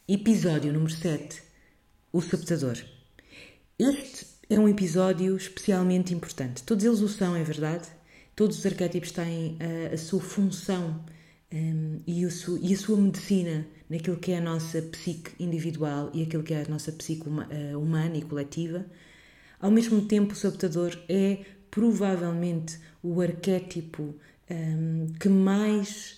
Episódio número 7. O Sabotador. Este é um episódio especialmente importante. Todos eles o são, é verdade. Todos os arquétipos têm a sua função e a sua medicina naquilo que é a nossa psique individual e aquilo que é a nossa psique humana e coletiva. Ao mesmo tempo, o sabotador é provavelmente o arquétipo que mais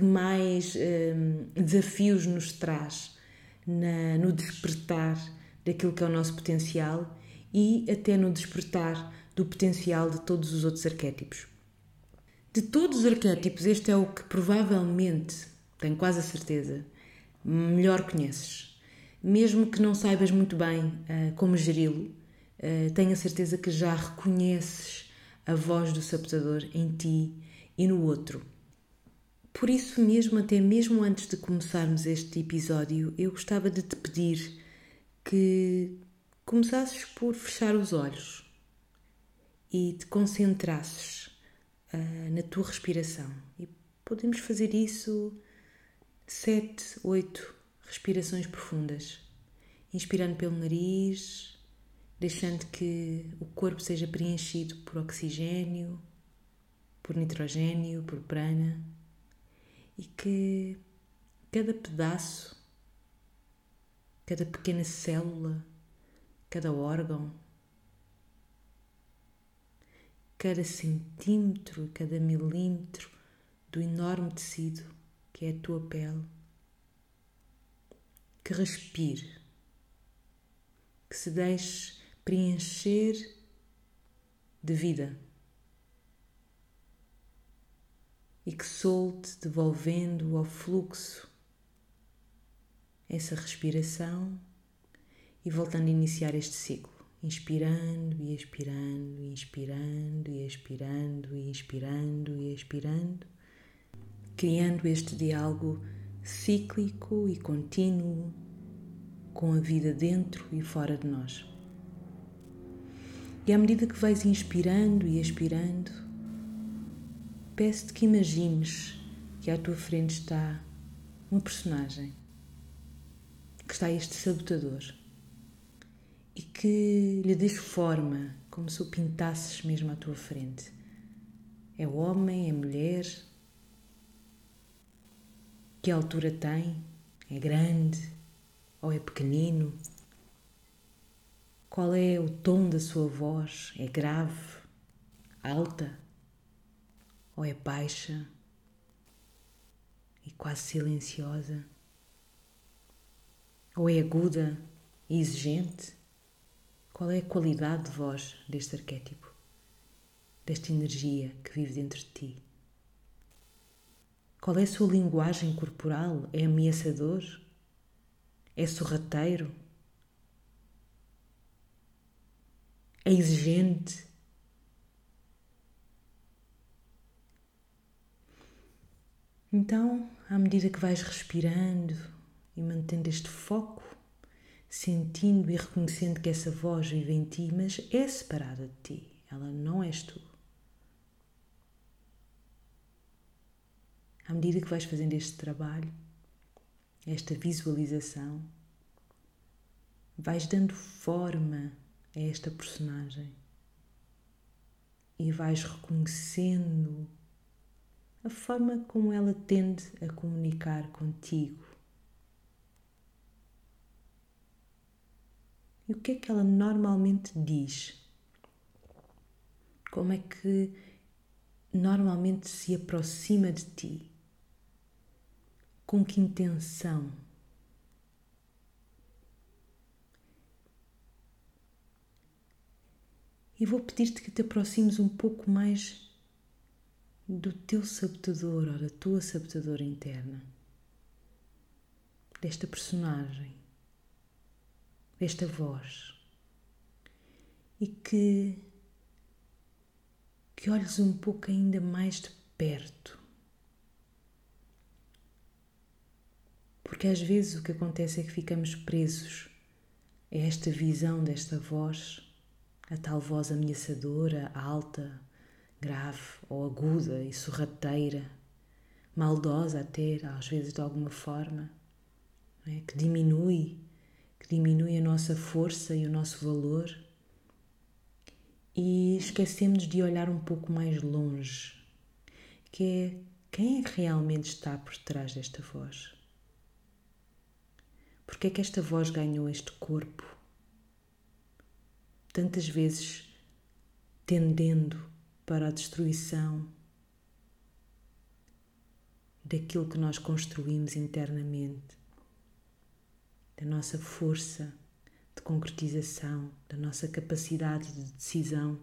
desafios nos traz no despertar daquilo que é o nosso potencial e até no despertar do potencial de todos os outros arquétipos. De todos os arquétipos, este é o que provavelmente, tenho quase a certeza, melhor conheces. Mesmo que não saibas muito bem como geri-lo, tenho a certeza que já reconheces a voz do sabotador em ti e no outro. Por isso mesmo, até mesmo antes de começarmos este episódio, eu gostava de te pedir que começasses por fechar os olhos e te concentrasses na tua respiração. E podemos fazer isso 7, 8 respirações profundas. Inspirando pelo nariz, deixando que o corpo seja preenchido por oxigênio, por nitrogênio, por prana. E que cada pedaço, cada pequena célula, cada órgão, cada centímetro, cada milímetro do enorme tecido que é a tua pele, que respire, que se deixe preencher de vida. E que solte, devolvendo ao fluxo essa respiração e voltando a iniciar este ciclo. Inspirando e expirando, inspirando e expirando, inspirando e expirando, criando este diálogo cíclico e contínuo com a vida dentro e fora de nós. E à medida que vais inspirando e expirando, peço-te que imagines que à tua frente está uma personagem, que está este sabotador e que lhe des forma como se o pintasses mesmo à tua frente. É homem, é mulher? Que altura tem? É grande ou é pequenino? Qual é o tom da sua voz? É grave? Alta? Ou é baixa e quase silenciosa? Ou é aguda e exigente? Qual é a qualidade de voz deste arquétipo? Desta energia que vive dentro de ti? Qual é a sua linguagem corporal? É ameaçador? É sorrateiro? É exigente? Então, à medida que vais respirando e mantendo este foco, sentindo e reconhecendo que essa voz vive em ti, mas é separada de ti, ela não és tu. À medida que vais fazendo este trabalho, esta visualização, vais dando forma a esta personagem e vais reconhecendo a forma como ela tende a comunicar contigo. E o que é que ela normalmente diz? Como é que normalmente se aproxima de ti? Com que intenção? E vou pedir-te que te aproximes um pouco mais do teu sabotador ou da tua sabotadora interna, desta personagem, desta voz, e que olhes um pouco ainda mais de perto. Porque às vezes o que acontece é que ficamos presos a esta visão desta voz, a tal voz ameaçadora, alta, grave ou aguda e sorrateira, maldosa até, às vezes de alguma forma, não é? Que diminui a nossa força e o nosso valor, e esquecemos de olhar um pouco mais longe, que é quem é que realmente está por trás desta voz? Porque é que esta voz ganhou este corpo? Tantas vezes tendendo para a destruição daquilo que nós construímos internamente, da nossa força de concretização, da nossa capacidade de decisão.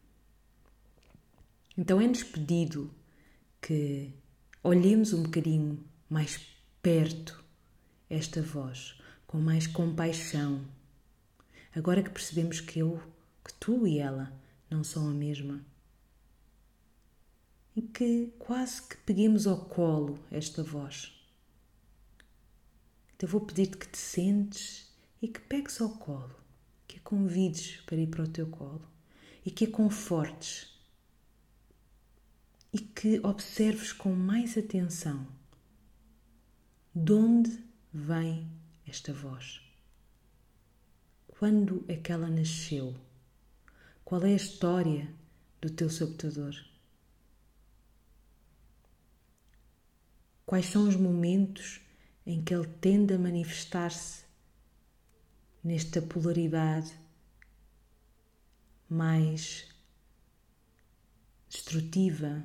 Então é-nos pedido que olhemos um bocadinho mais perto esta voz, com mais compaixão. Agora que percebemos que tu e ela não são a mesma. E que quase que peguemos ao colo esta voz. Então vou pedir-te que te sentes e que pegues ao colo, que a convides para ir para o teu colo e que a confortes e que observes com mais atenção de onde vem esta voz. Quando é que ela nasceu? Qual é a história do teu sabotador? Quais são os momentos em que ele tende a manifestar-se nesta polaridade mais destrutiva,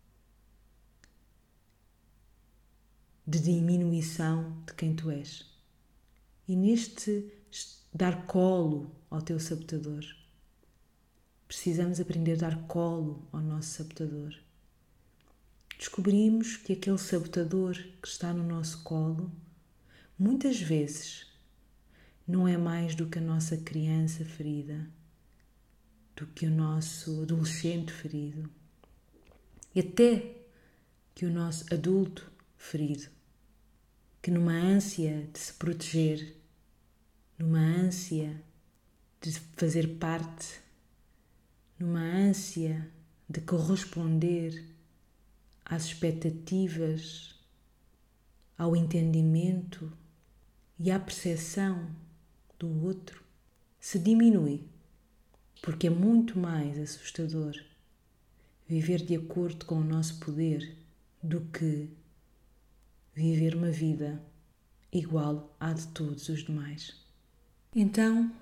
de diminuição de quem tu és? E neste dar colo ao teu sabotador, precisamos aprender a dar colo ao nosso sabotador. Descobrimos que aquele sabotador que está no nosso colo, muitas vezes, não é mais do que a nossa criança ferida, do que o nosso adolescente ferido, e até que o nosso adulto ferido, que numa ânsia de se proteger, numa ânsia de fazer parte, numa ânsia de corresponder às expectativas, ao entendimento e à percepção do outro, se diminui, porque é muito mais assustador viver de acordo com o nosso poder do que viver uma vida igual à de todos os demais. Então,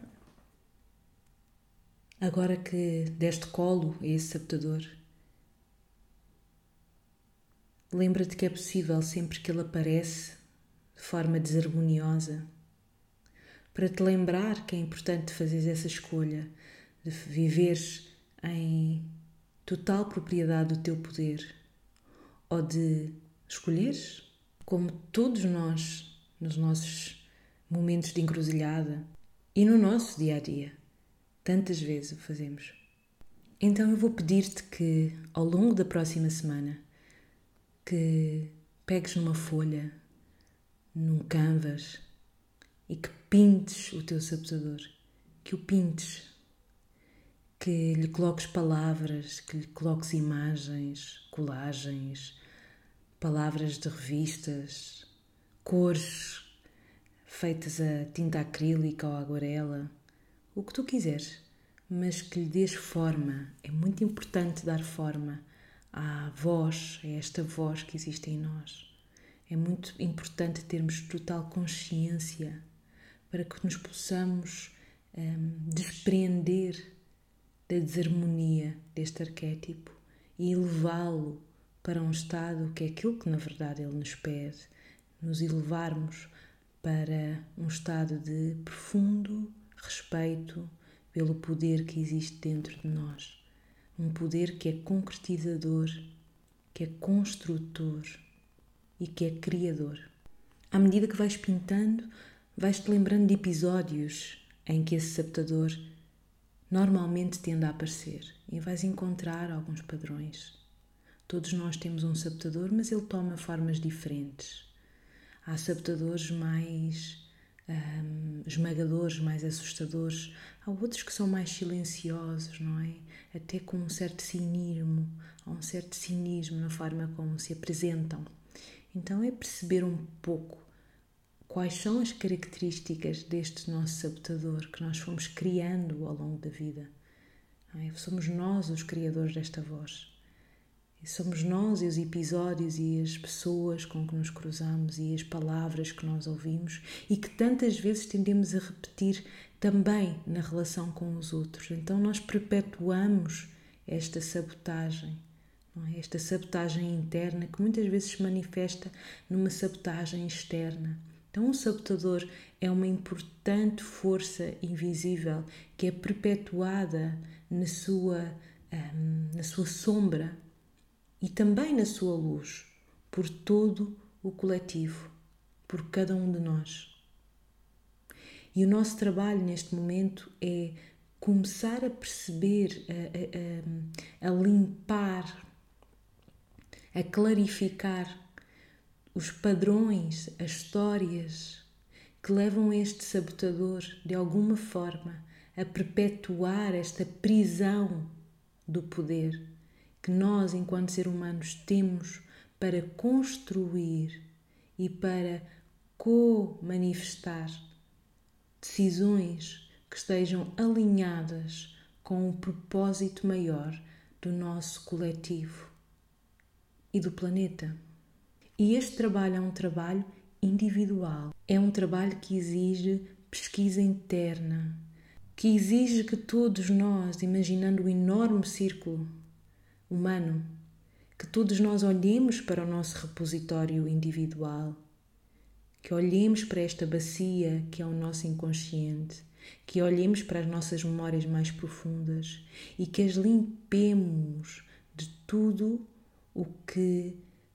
agora que deste colo a esse sabotador, lembra-te que é possível, sempre que ele aparece de forma desarmoniosa, para te lembrar que é importante fazeres essa escolha de viveres em total propriedade do teu poder, ou de escolheres, como todos nós, nos nossos momentos de encruzilhada e no nosso dia-a-dia, tantas vezes o fazemos. Então eu vou pedir-te que, ao longo da próxima semana, que pegues numa folha, num canvas e que pintes o teu sabotador, que o pintes, que lhe coloques palavras, que lhe coloques imagens, colagens, palavras de revistas, cores feitas a tinta acrílica ou aguarela, o que tu quiseres, mas que lhe dês forma. É muito importante dar forma à voz, a esta voz que existe em nós. É muito importante termos total consciência para que nos possamos desprender da desarmonia deste arquétipo e elevá-lo para um estado que é aquilo que na verdade ele nos pede, nos elevarmos para um estado de profundo respeito pelo poder que existe dentro de nós. Um poder que é concretizador, que é construtor e que é criador. À medida que vais pintando, vais-te lembrando de episódios em que esse sabotador normalmente tende a aparecer e vais encontrar alguns padrões. Todos nós temos um sabotador, mas ele toma formas diferentes. Há sabotadores mais esmagadores, mais assustadores. Há outros que são mais silenciosos, não é? Até com um certo cinismo. Há um certo cinismo na forma como se apresentam. Então é perceber um pouco quais são as características deste nosso sabotador que nós fomos criando ao longo da vida. Não é? Somos nós os criadores desta voz. E somos nós e os episódios e as pessoas com que nos cruzamos e as palavras que nós ouvimos e que tantas vezes tendemos a repetir também na relação com os outros. Então nós perpetuamos esta sabotagem, não é? Esta sabotagem interna que muitas vezes se manifesta numa sabotagem externa. Então um sabotador é uma importante força invisível que é perpetuada na sua sombra e também na sua luz, por todo o coletivo, por cada um de nós. E o nosso trabalho neste momento é começar a perceber, a limpar, a clarificar os padrões, as histórias que levam este sabotador, de alguma forma, a perpetuar esta prisão do poder que nós, enquanto seres humanos, temos para construir e para co-manifestar decisões que estejam alinhadas com o propósito maior do nosso coletivo e do planeta. E este trabalho é um trabalho individual, é um trabalho que exige pesquisa interna, que exige que todos nós, imaginando o enorme círculo humano, que todos nós olhemos para o nosso repositório individual, que olhemos para esta bacia que é o nosso inconsciente, que olhemos para as nossas memórias mais profundas e que as limpemos de tudo o que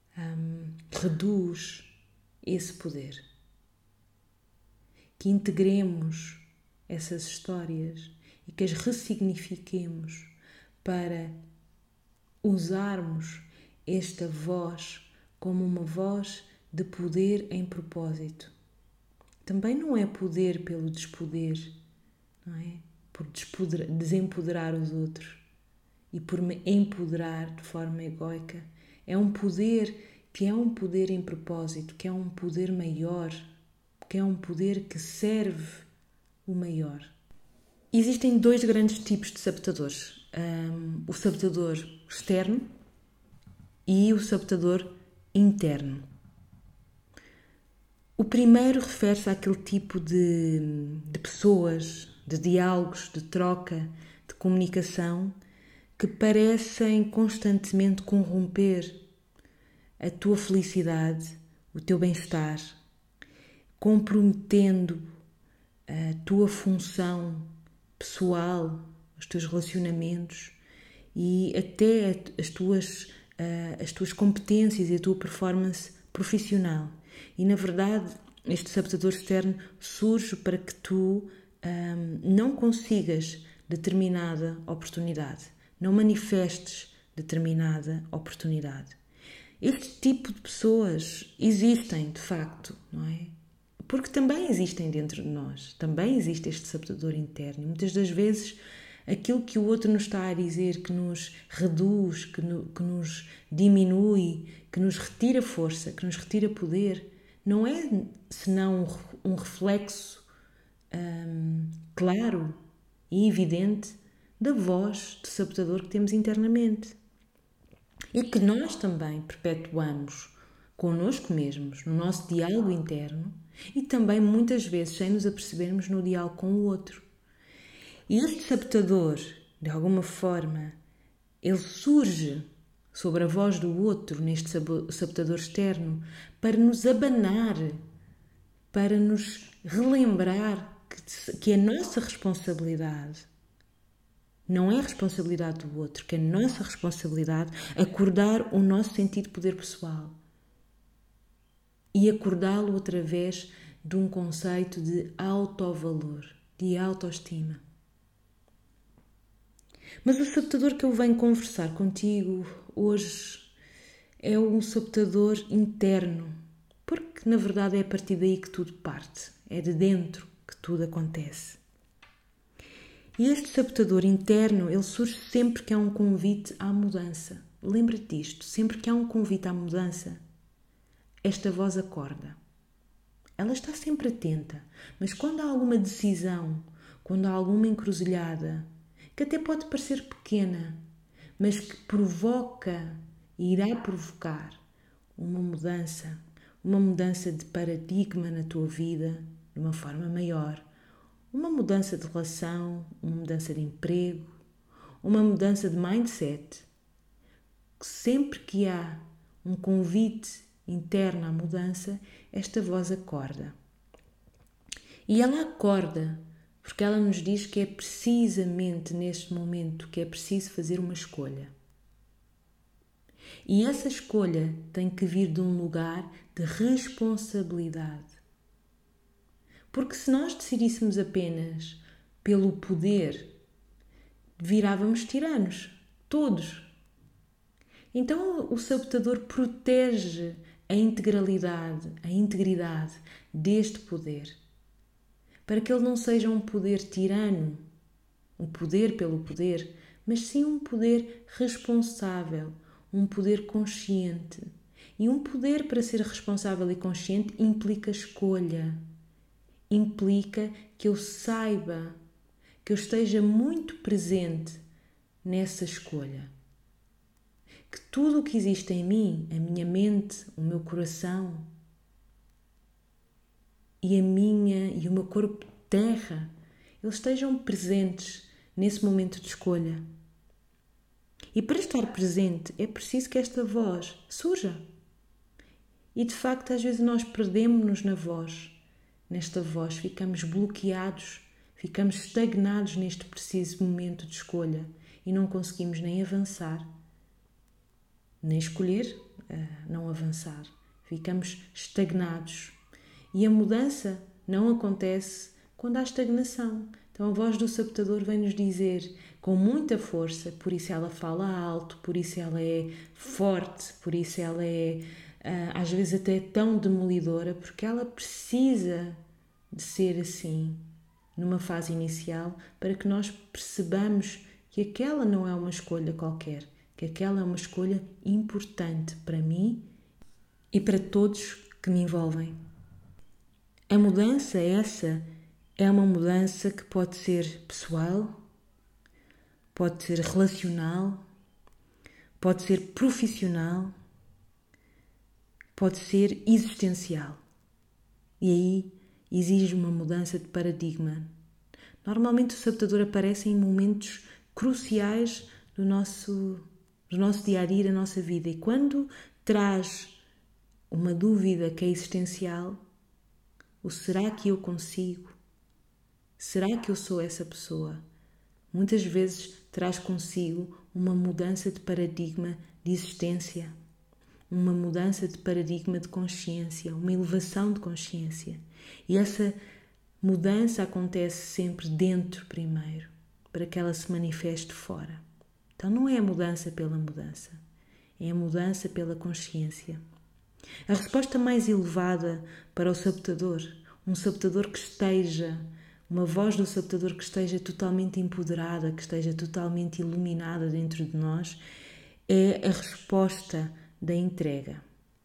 reduz esse poder. Que integremos essas histórias e que as ressignifiquemos para usarmos esta voz como uma voz de poder em propósito. Também não é poder pelo despoder, não é? Por desempoderar os outros e por me empoderar de forma egoica. É um poder que é um poder em propósito, que é um poder maior, que é um poder que serve o maior. Existem dois grandes tipos de sabotadores. O sabotador externo e o sabotador interno. O primeiro refere-se àquele tipo de pessoas, de diálogos, de troca, de comunicação que parecem constantemente corromper a tua felicidade, o teu bem-estar, comprometendo a tua função pessoal, os teus relacionamentos e até as tuas competências e a tua performance profissional. E, na verdade, este sabotador externo surge para que tu não consigas determinada oportunidade, não manifestes determinada oportunidade. Este tipo de pessoas existem, de facto, não é? Porque também existem dentro de nós, também existe este sabotador interno. E muitas das vezes aquilo que o outro nos está a dizer, que nos reduz, que nos diminui, que nos retira força, que nos retira poder, não é senão um reflexo claro e evidente da voz de sabotador que temos internamente. E que nós também perpetuamos connosco mesmos, no nosso diálogo interno e também muitas vezes sem nos apercebermos no diálogo com o outro. E este sabotador, de alguma forma, ele surge sobre a voz do outro, neste sabotador externo, para nos abanar, para nos relembrar que a nossa responsabilidade não é a responsabilidade do outro, que é a nossa responsabilidade acordar o nosso sentido de poder pessoal e acordá-lo através de um conceito de autovalor, de autoestima. Mas o sabotador que eu venho conversar contigo hoje é um sabotador interno, porque na verdade é a partir daí que tudo parte, é de dentro que tudo acontece. E este sabotador interno, ele surge sempre que há um convite à mudança. Lembra-te disto, sempre que há um convite à mudança, esta voz acorda. Ela está sempre atenta, mas quando há alguma decisão, quando há alguma encruzilhada, que até pode parecer pequena, mas que provoca e irá provocar uma mudança de paradigma na tua vida, de uma forma maior, uma mudança de relação, uma mudança de emprego, uma mudança de mindset. Sempre que há um convite interno à mudança, esta voz acorda. E ela acorda porque ela nos diz que é precisamente neste momento que é preciso fazer uma escolha. E essa escolha tem que vir de um lugar de responsabilidade. Porque se nós decidíssemos apenas pelo poder, virávamos tiranos, todos. Então o sabotador protege a integridade deste poder, para que ele não seja um poder tirano, um poder pelo poder, mas sim um poder responsável, um poder consciente. E um poder, para ser responsável e consciente, implica escolha. Implica que eu saiba, que eu esteja muito presente nessa escolha. Que tudo o que existe em mim, a minha mente, o meu coração e o meu corpo terra, eles estejam presentes nesse momento de escolha. E para estar presente é preciso que esta voz surja. E de facto às vezes nós perdemos-nos na voz. Nesta voz ficamos bloqueados, ficamos estagnados neste preciso momento de escolha e não conseguimos nem avançar, nem escolher não avançar. Ficamos estagnados. E a mudança não acontece quando há estagnação. Então a voz do sabotador vem nos dizer com muita força, por isso ela fala alto, por isso ela é forte, por isso ela é às vezes até tão demolidora, porque ela precisa de ser assim numa fase inicial para que nós percebamos que aquela não é uma escolha qualquer, que aquela é uma escolha importante para mim e para todos que me envolvem. A mudança essa é uma mudança que pode ser pessoal, pode ser relacional, pode ser profissional, pode ser existencial. E aí exige uma mudança de paradigma. Normalmente o sabotador aparece em momentos cruciais do nosso dia-a-dia, da nossa vida. E quando traz uma dúvida que é existencial, o será que eu consigo? Será que eu sou essa pessoa? Muitas vezes traz consigo uma mudança de paradigma de existência, uma mudança de paradigma de consciência, uma elevação de consciência. E essa mudança acontece sempre dentro primeiro, para que ela se manifeste fora. Então não é a mudança pela mudança, é a mudança pela consciência. A resposta mais elevada para o sabotador, um sabotador que esteja, uma voz do sabotador que esteja totalmente empoderada, que esteja totalmente iluminada dentro de nós, é a resposta da entrega.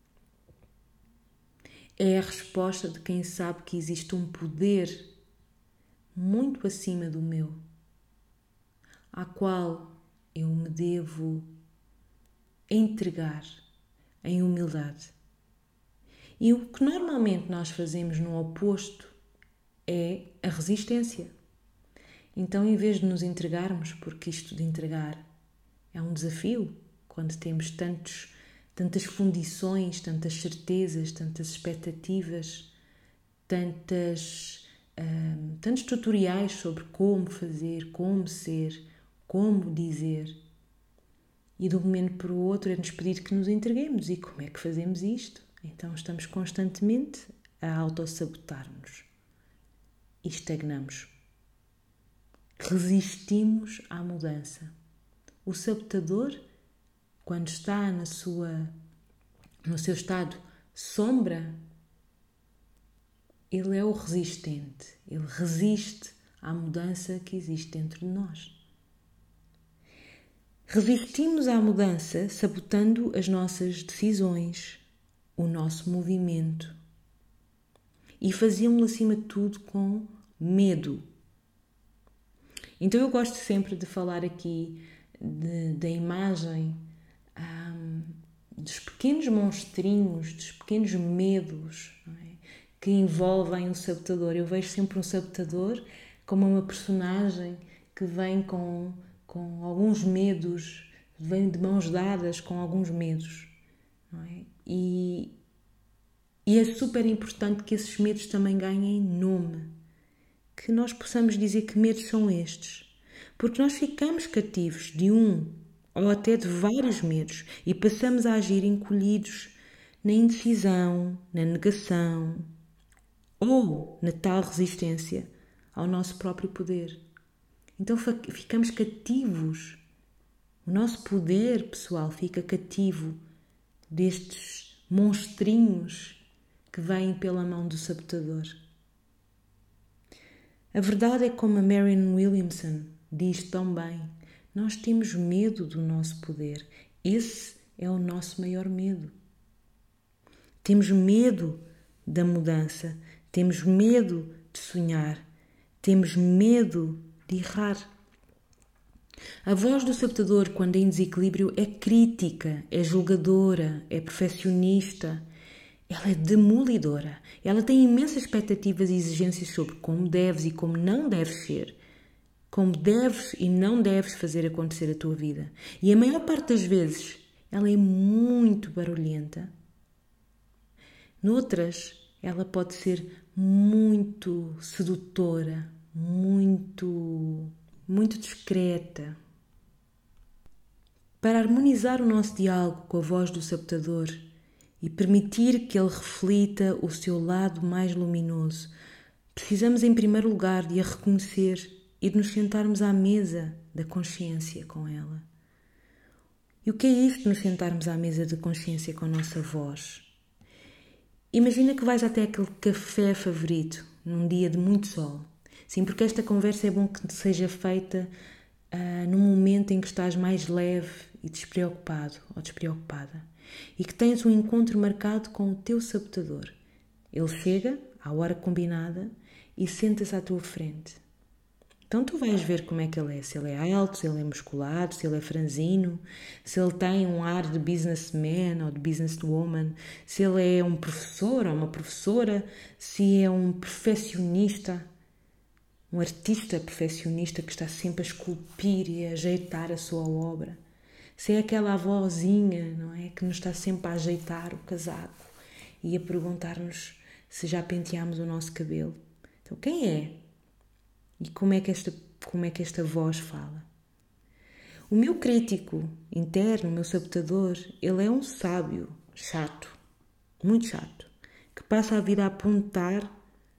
É a resposta de quem sabe que existe um poder muito acima do meu, à qual eu me devo entregar em humildade. E o que normalmente nós fazemos no oposto é a resistência. Então, em vez de nos entregarmos, porque isto de entregar é um desafio, quando temos tantas fundições, tantas certezas, tantas expectativas, tantos tutoriais sobre como fazer, como ser, como dizer. E de um momento para o outro é-nos pedir que nos entreguemos. E como é que fazemos isto? Então estamos constantemente a autossabotar-nos e estagnamos. Resistimos à mudança. O sabotador, quando está no seu estado sombra, ele é o resistente. Ele resiste à mudança que existe dentro de nós. Resistimos à mudança sabotando as nossas decisões, o nosso movimento. e faziam-no acima de tudo com medo. Então eu gosto sempre de falar aqui da imagem dos pequenos monstrinhos, dos pequenos medos, não é? Que envolvem o sabotador. Eu vejo sempre um sabotador como uma personagem que vem com alguns medos, vem de mãos dadas com alguns medos, não é? E é super importante que esses medos também ganhem nome, que nós possamos dizer que medos são estes, porque nós ficamos cativos de um ou até de vários medos e passamos a agir encolhidos na indecisão, na negação ou na tal resistência ao nosso próprio poder. Então ficamos cativos. O nosso poder pessoal fica cativo destes monstrinhos que vêm pela mão do sabotador. A verdade é como a Marianne Williamson diz tão bem, nós temos medo do nosso poder. Esse é o nosso maior medo. Temos medo da mudança, temos medo de sonhar, temos medo de errar. A voz do sabotador, quando é em desequilíbrio, é crítica, é julgadora, é perfeccionista. Ela é demolidora. Ela tem imensas expectativas e exigências sobre como deves e como não deves ser. Como deves e não deves fazer acontecer a tua vida. E a maior parte das vezes, ela é muito barulhenta. Noutras, ela pode ser muito sedutora, muito discreta. Para harmonizar o nosso diálogo com a voz do sabotador e permitir que ele reflita o seu lado mais luminoso, precisamos em primeiro lugar de a reconhecer e de nos sentarmos à mesa da consciência com ela. E o que é isto de nos sentarmos à mesa da consciência com a nossa voz? Imagina que vais até aquele café favorito, num dia de muito sol. Sim, porque esta conversa é bom que seja feita num momento em que estás mais leve e despreocupado ou despreocupada e que tens um encontro marcado com o teu sabotador. Ele chega à hora combinada e senta-se à tua frente. Então tu vais ver como é que ele é, se ele é alto, se ele é musculado, se ele é franzino, se ele tem um ar de businessman ou de businesswoman, se ele é um professor ou uma professora, se é um perfeccionista, um artista perfeccionista que está sempre a esculpir e a ajeitar a sua obra. Se é aquela avózinha, não é, que nos está sempre a ajeitar o casaco e a perguntar-nos se já penteámos o nosso cabelo. Então quem é? E como é que esta voz fala? O meu crítico interno, o meu sabotador, ele é um sábio chato, muito chato, que passa a vida a apontar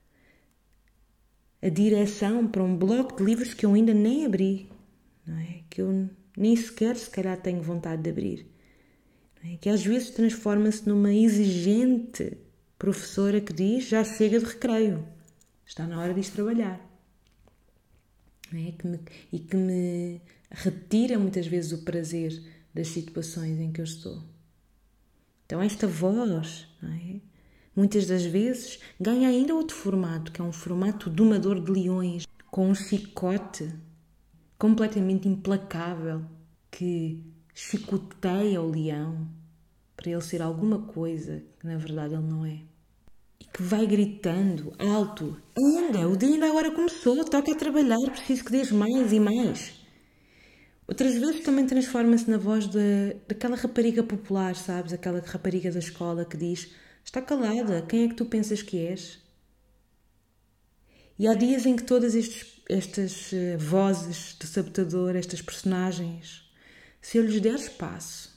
a direção para um bloco de livros que eu ainda nem abri, não é? Que eu nem sequer, se calhar, tenho vontade de abrir. Não é? Que às vezes transforma-se numa exigente professora que diz, já chega de recreio, está na hora de ir trabalhar. Não é? Que me retira muitas vezes o prazer das situações em que eu estou. Então esta voz, não é? Muitas das vezes ganha ainda outro formato, que é um formato domador de leões, com um chicote completamente implacável, que chicoteia o leão para ele ser alguma coisa que na verdade ele não é. E que vai gritando alto, anda, o dia ainda agora começou, toca a trabalhar, preciso que dês mais e mais. Outras vezes também transforma-se na voz daquela rapariga popular, sabes? Aquela rapariga da escola que diz, está calada, quem é que tu pensas que és? E há dias em que todas estas vozes de sabotador, estas personagens, se eu lhes der espaço,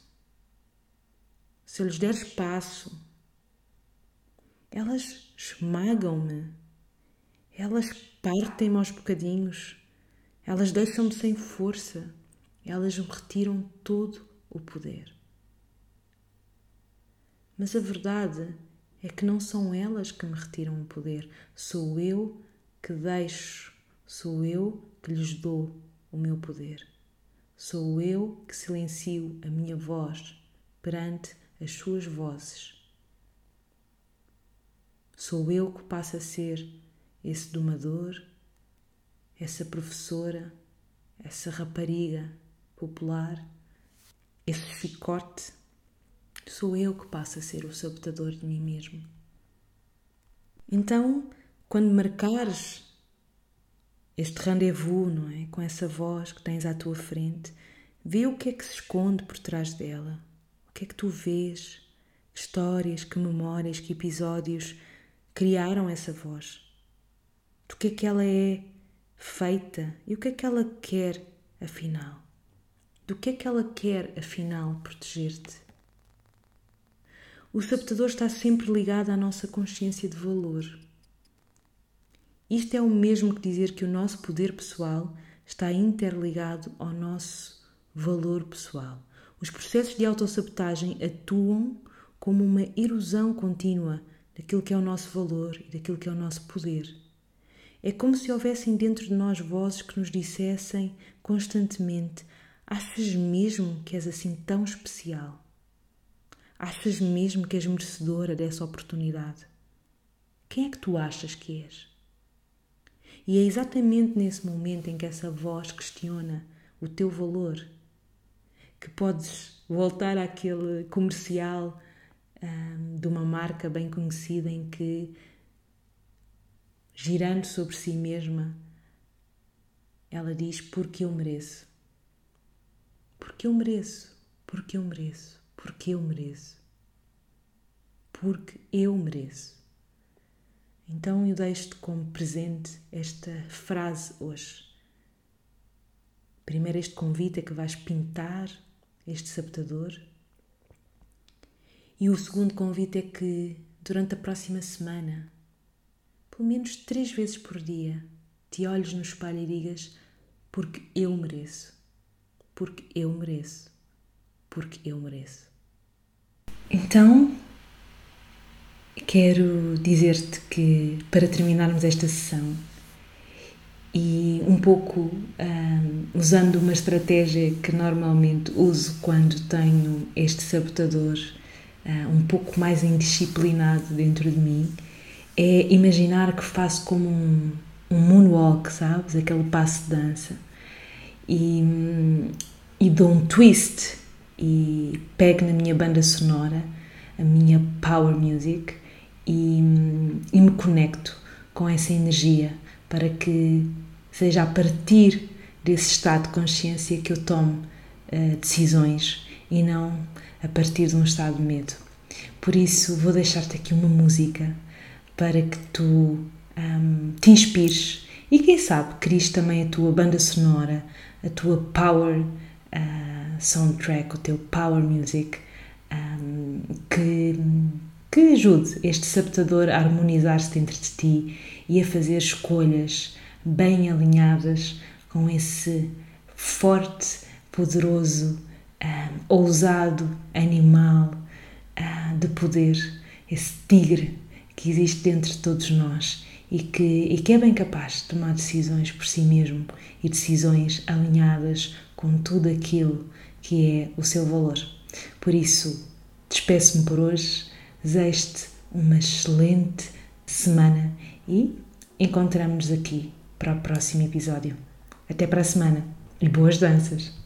elas esmagam-me, elas partem-me aos bocadinhos, elas deixam-me sem força, elas me retiram todo o poder. Mas a verdade é que não são elas que me retiram o poder, sou eu que deixo, sou eu que lhes dou o meu poder. Sou eu que silencio a minha voz perante as suas vozes. Sou eu que passo a ser esse domador, essa professora, essa rapariga popular, esse chicote. Sou eu que passo a ser o sabotador de mim mesmo. Então, quando marcares este rendezvous, não é? Com essa voz que tens à tua frente, vê o que é que se esconde por trás dela. O que é que tu vês? Que histórias, que memórias, que episódios criaram essa voz? Do que é que ela é feita e o que é que ela quer, afinal? Do que é que ela quer, afinal, proteger-te? O sabotador está sempre ligado à nossa consciência de valor. Isto é o mesmo que dizer que o nosso poder pessoal está interligado ao nosso valor pessoal. Os processos de autossabotagem atuam como uma erosão contínua daquilo que é o nosso valor e daquilo que é o nosso poder. É como se houvessem dentro de nós vozes que nos dissessem constantemente: achas mesmo que és assim tão especial? Achas mesmo que és merecedora dessa oportunidade? Quem é que tu achas que és? E é exatamente nesse momento em que essa voz questiona o teu valor que podes voltar àquele comercial de uma marca bem conhecida em que, girando sobre si mesma, ela diz: porque eu mereço. Porque eu mereço. Porque eu mereço. Porque eu mereço. Porque eu mereço. Então eu deixo-te como presente esta frase hoje. Primeiro, este convite a que vais pintar este sabotador. E o segundo convite é que durante a próxima semana, pelo menos 3 vezes por dia, te olhes no espelho e digas: porque eu mereço. Porque eu mereço. Porque eu mereço. Então, quero dizer-te que, para terminarmos esta sessão, e um pouco usando uma estratégia que normalmente uso quando tenho este sabotador um pouco mais indisciplinado dentro de mim, é imaginar que faço como um moonwalk, sabes? Aquele passo de dança. E dou um twist e pego na minha banda sonora, a minha power music, e me conecto com essa energia para que seja a partir desse estado de consciência que eu tomo decisões e não a partir de um estado de medo. Por isso vou deixar-te aqui uma música para que tu te inspires e quem sabe cries também a tua banda sonora, a tua power soundtrack, o teu power music, que ajude este sabotador a harmonizar-se dentro de ti e a fazer escolhas bem alinhadas com esse forte, poderoso, ousado animal de poder, esse tigre que existe dentro de todos nós e que é bem capaz de tomar decisões por si mesmo e decisões alinhadas com tudo aquilo que é o seu valor. Por isso, despeço-me por hoje, desejo-te uma excelente semana e encontramos-nos aqui para o próximo episódio. Até para a semana e boas danças!